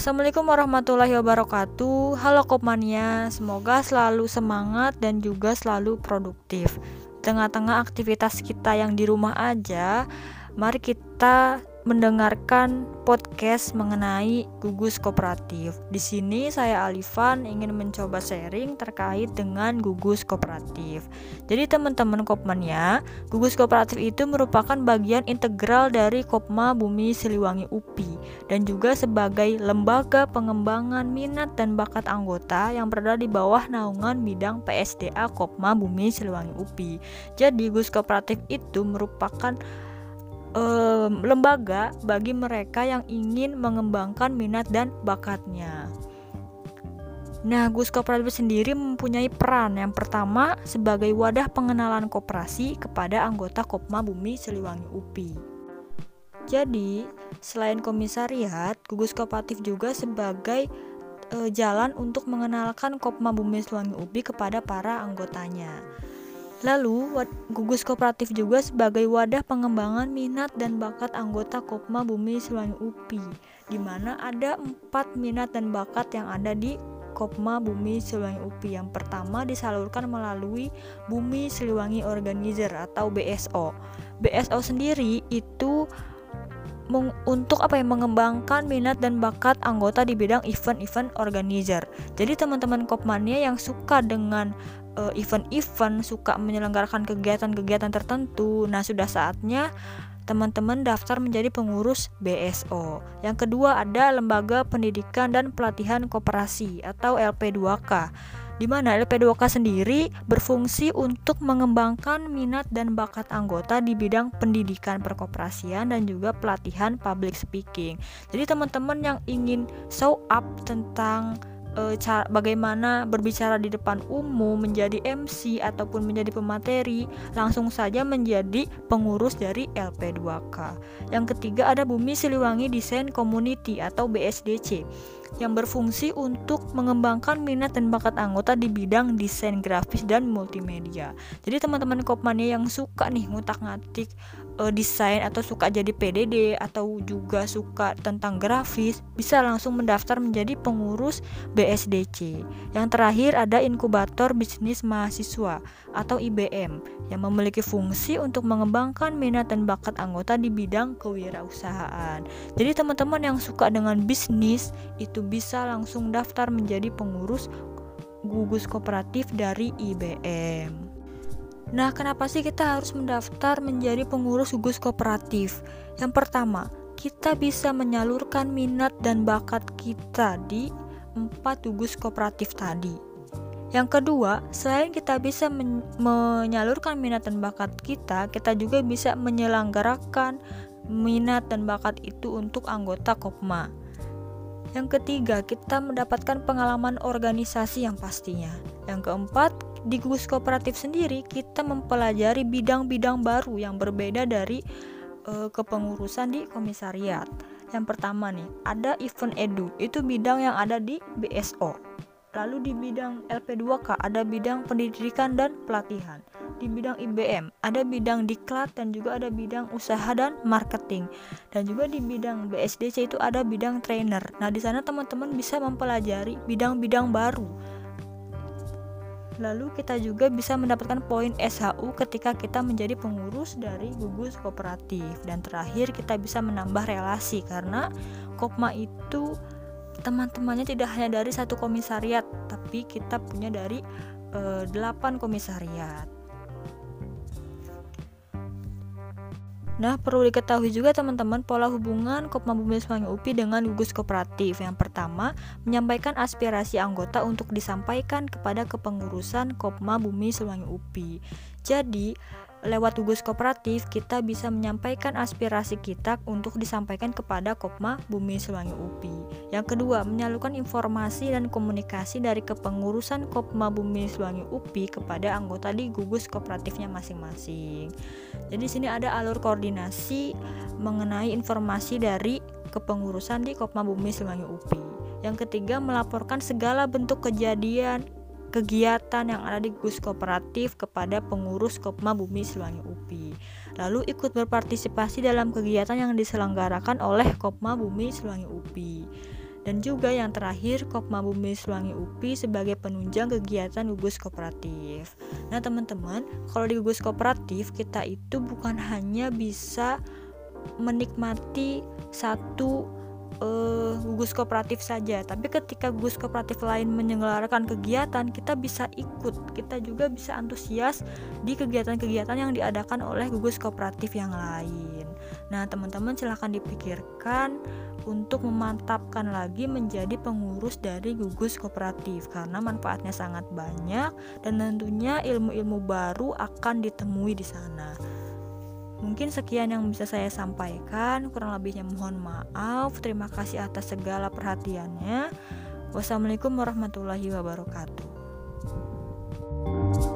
Assalamualaikum warahmatullahi wabarakatuh. Halo Kopmania, semoga selalu semangat dan juga selalu produktif. Tengah-tengah aktivitas kita yang di rumah aja, mari kita mendengarkan podcast mengenai gugus kooperatif. Di sini saya Alifan ingin mencoba sharing terkait dengan gugus kooperatif. Jadi teman-teman Kopmania, gugus kooperatif itu merupakan bagian integral dari Kopma Bumi Siliwangi UPI dan juga sebagai lembaga pengembangan minat dan bakat anggota yang berada di bawah naungan bidang PSDA Kopma Bumi Siliwangi UPI. Jadi gugus kooperatif itu merupakan lembaga bagi mereka yang ingin mengembangkan minat dan bakatnya. Nah, gugus kooperatif sendiri mempunyai peran yang pertama sebagai wadah pengenalan koperasi kepada anggota Kopma Bumi Siliwangi UPI. Jadi, selain komisariat, gugus kooperatif juga sebagai jalan untuk mengenalkan Kopma Bumi Siliwangi UPI kepada para anggotanya. Lalu, gugus kooperatif juga sebagai wadah pengembangan minat dan bakat anggota Kopma Bumi Siliwangi UPI, di mana ada 4 minat dan bakat yang ada di Kopma Bumi Siliwangi UPI. Yang pertama disalurkan melalui Bumi Siliwangi Organizer atau BSO. BSO sendiri itu untuk mengembangkan minat dan bakat anggota di bidang event-event organizer. Jadi teman-teman Kopmania yang suka dengan event-event, suka menyelenggarakan kegiatan-kegiatan tertentu, nah sudah saatnya teman-teman daftar menjadi pengurus BSO. Yang kedua ada Lembaga Pendidikan dan Pelatihan Koperasi atau LP2K, di mana LP2K sendiri berfungsi untuk mengembangkan minat dan bakat anggota di bidang pendidikan perkoperasian dan juga pelatihan public speaking. Jadi teman-teman yang ingin show up tentang bagaimana berbicara di depan umum, menjadi MC ataupun menjadi pemateri, langsung saja menjadi pengurus dari LP2K. Yang ketiga ada Bumi Siliwangi Desain Community atau BSDC, yang berfungsi untuk mengembangkan minat dan bakat anggota di bidang desain grafis dan multimedia. Jadi teman-teman Kopmania yang suka nih ngutak-ngatik desain atau suka jadi PDD atau juga suka tentang grafis, bisa langsung mendaftar menjadi pengurus BSDC. Yang terakhir ada Inkubator Bisnis Mahasiswa atau IBM, yang memiliki fungsi untuk mengembangkan minat dan bakat anggota di bidang kewirausahaan. Jadi teman-teman yang suka dengan bisnis itu bisa langsung daftar menjadi pengurus gugus kooperatif dari IBM. Nah, kenapa sih kita harus mendaftar menjadi pengurus gugus kooperatif? Yang pertama, kita bisa menyalurkan minat dan bakat kita di 4 gugus kooperatif tadi. Yang kedua, selain kita bisa menyalurkan minat dan bakat kita juga bisa menyelenggarakan minat dan bakat itu untuk anggota Kopma. Yang ketiga, kita mendapatkan pengalaman organisasi yang pastinya. Yang keempat, di gugus kooperatif sendiri kita mempelajari bidang-bidang baru yang berbeda dari kepengurusan di komisariat. Yang pertama nih, ada event edu, itu bidang yang ada di BSO. Lalu di bidang LP2K ada bidang pendidikan dan pelatihan. Di bidang IBM ada bidang diklat dan juga ada bidang usaha dan marketing. Dan juga di bidang BSDC itu ada bidang trainer. Nah, di sana teman-teman bisa mempelajari bidang-bidang baru. Lalu kita juga bisa mendapatkan poin SHU ketika kita menjadi pengurus dari gugus kooperatif. Dan terakhir kita bisa menambah relasi karena Kopma itu teman-temannya tidak hanya dari satu komisariat, tapi kita punya dari 8 komisariat. Nah, perlu diketahui juga teman-teman pola hubungan Kopma Bumi Siliwangi UPI dengan gugus kooperatif. Yang pertama, menyampaikan aspirasi anggota untuk disampaikan kepada kepengurusan Kopma Bumi Siliwangi UPI. Jadi, lewat gugus kooperatif kita bisa menyampaikan aspirasi kita untuk disampaikan kepada Kopma Bumi Siliwangi UPI. Yang kedua, menyalurkan informasi dan komunikasi dari kepengurusan Kopma Bumi Siliwangi UPI kepada anggota di gugus kooperatifnya masing-masing. Jadi sini ada alur koordinasi mengenai informasi dari kepengurusan di Kopma Bumi Siliwangi UPI. Yang ketiga, melaporkan segala bentuk kegiatan yang ada di gugus kooperatif kepada pengurus Kopma Bumi Siliwangi UPI. Lalu ikut berpartisipasi dalam kegiatan yang diselenggarakan oleh Kopma Bumi Siliwangi UPI. Dan juga yang terakhir, Kopma Bumi Siliwangi UPI sebagai penunjang kegiatan gugus kooperatif. Nah teman-teman, kalau di gugus kooperatif kita itu bukan hanya bisa menikmati satu gugus kooperatif saja, tapi ketika gugus kooperatif lain menyelenggarakan kegiatan, kita bisa ikut, kita juga bisa antusias di kegiatan-kegiatan yang diadakan oleh gugus kooperatif yang lain. Nah teman-teman silahkan dipikirkan untuk memantapkan lagi menjadi pengurus dari gugus kooperatif, karena manfaatnya sangat banyak dan tentunya ilmu-ilmu baru akan ditemui di sana. Mungkin sekian yang bisa saya sampaikan, kurang lebihnya mohon maaf. Terima kasih atas segala perhatiannya. Wassalamualaikum warahmatullahi wabarakatuh.